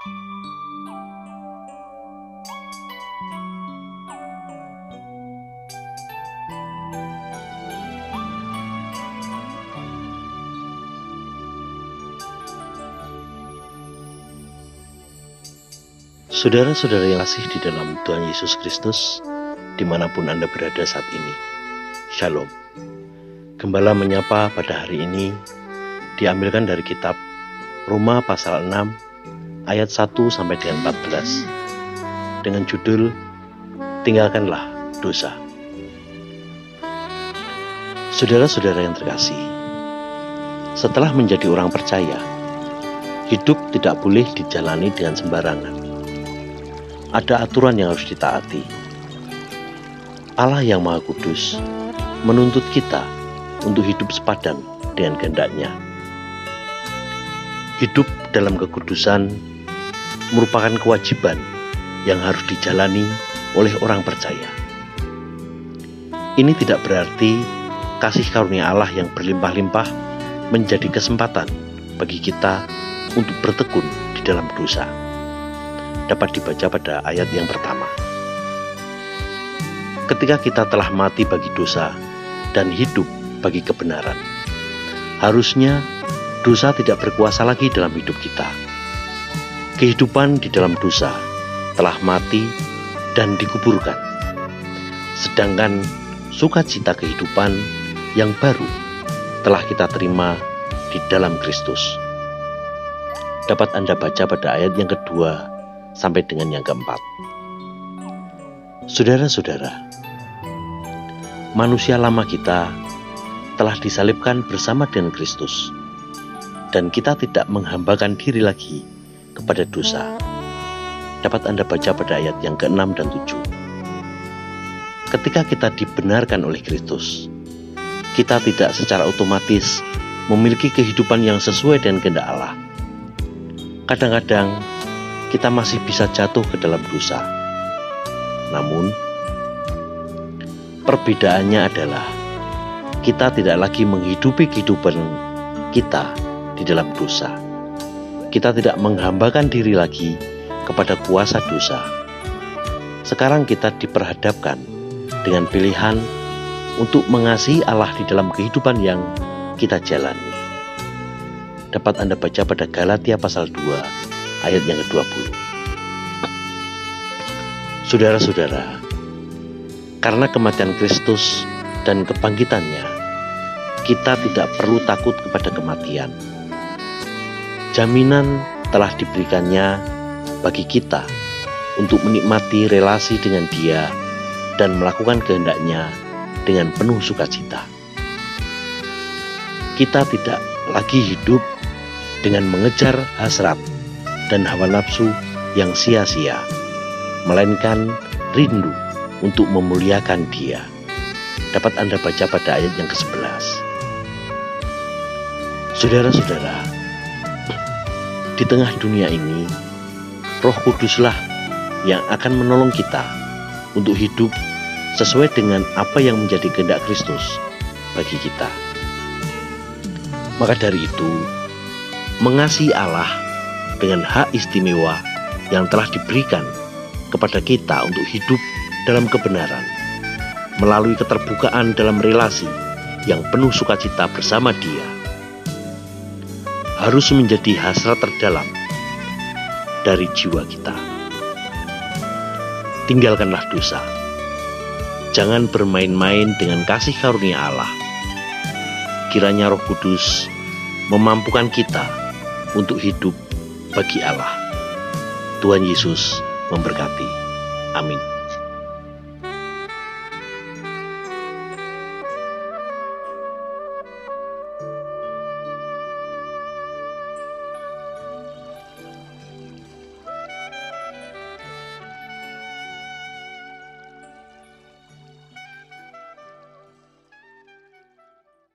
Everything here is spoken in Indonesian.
Saudara-saudara yang kasih di dalam Tuhan Yesus Kristus, dimanapun Anda berada saat ini, Shalom. Gembala menyapa pada hari ini diambilkan dari kitab Roma pasal 6 ayat 1 sampai dengan 14 dengan judul Tinggalkanlah Dosa. Saudara-saudara yang terkasih, setelah menjadi orang percaya, hidup tidak boleh dijalani dengan sembarangan. Ada aturan yang harus ditaati. Allah yang Maha Kudus menuntut kita untuk hidup sepadan dengan kehendak-Nya. Hidup dalam kekudusan merupakan kewajiban yang harus dijalani oleh orang percaya. Ini tidak berarti kasih karunia Allah yang berlimpah-limpah menjadi kesempatan bagi kita untuk bertekun di dalam dosa. Dapat dibaca pada ayat yang pertama. Ketika kita telah mati bagi dosa dan hidup bagi kebenaran, harusnya dosa tidak berkuasa lagi dalam hidup kita. Kehidupan di dalam dosa telah mati dan dikuburkan, sedangkan sukacita kehidupan yang baru telah kita terima di dalam Kristus. Dapat Anda baca pada ayat yang kedua sampai dengan yang keempat. Saudara-saudara, manusia lama kita telah disalibkan bersama dengan Kristus, dan kita tidak menghambakan diri lagi kepada dosa. Dapat Anda baca pada ayat yang ke-6 dan 7. Ketika kita dibenarkan oleh Kristus, kita tidak secara otomatis memiliki kehidupan yang sesuai dengan kehendak Allah. Kadang-kadang kita masih bisa jatuh ke dalam dosa. Namun, perbedaannya adalah kita tidak lagi menghidupi kehidupan kita di dalam dosa. Kita tidak menghambakan diri lagi kepada kuasa dosa. Sekarang kita diperhadapkan dengan pilihan untuk mengasihi Allah di dalam kehidupan yang kita jalani. Dapat Anda baca pada Galatia pasal 2 ayat yang ke-20. Saudara-saudara, karena kematian Kristus dan kebangkitannya, kita tidak perlu takut kepada kematian. Jaminan telah diberikannya bagi kita untuk menikmati relasi dengan Dia dan melakukan kehendak-Nya dengan penuh sukacita. Kita tidak lagi hidup dengan mengejar hasrat dan hawa nafsu yang sia-sia, melainkan rindu untuk memuliakan Dia. Dapat Anda baca pada ayat yang ke-11. Saudara-saudara, di tengah dunia ini, Roh Kuduslah yang akan menolong kita untuk hidup sesuai dengan apa yang menjadi kehendak Kristus bagi kita. Maka dari itu, mengasihi Allah dengan hak istimewa yang telah diberikan kepada kita untuk hidup dalam kebenaran, melalui keterbukaan dalam relasi yang penuh sukacita bersama Dia, harus menjadi hasrat terdalam dari jiwa kita. Tinggalkanlah dosa. Jangan bermain-main dengan kasih karunia Allah. Kiranya Roh Kudus memampukan kita untuk hidup bagi Allah. Tuhan Yesus memberkati. Amin.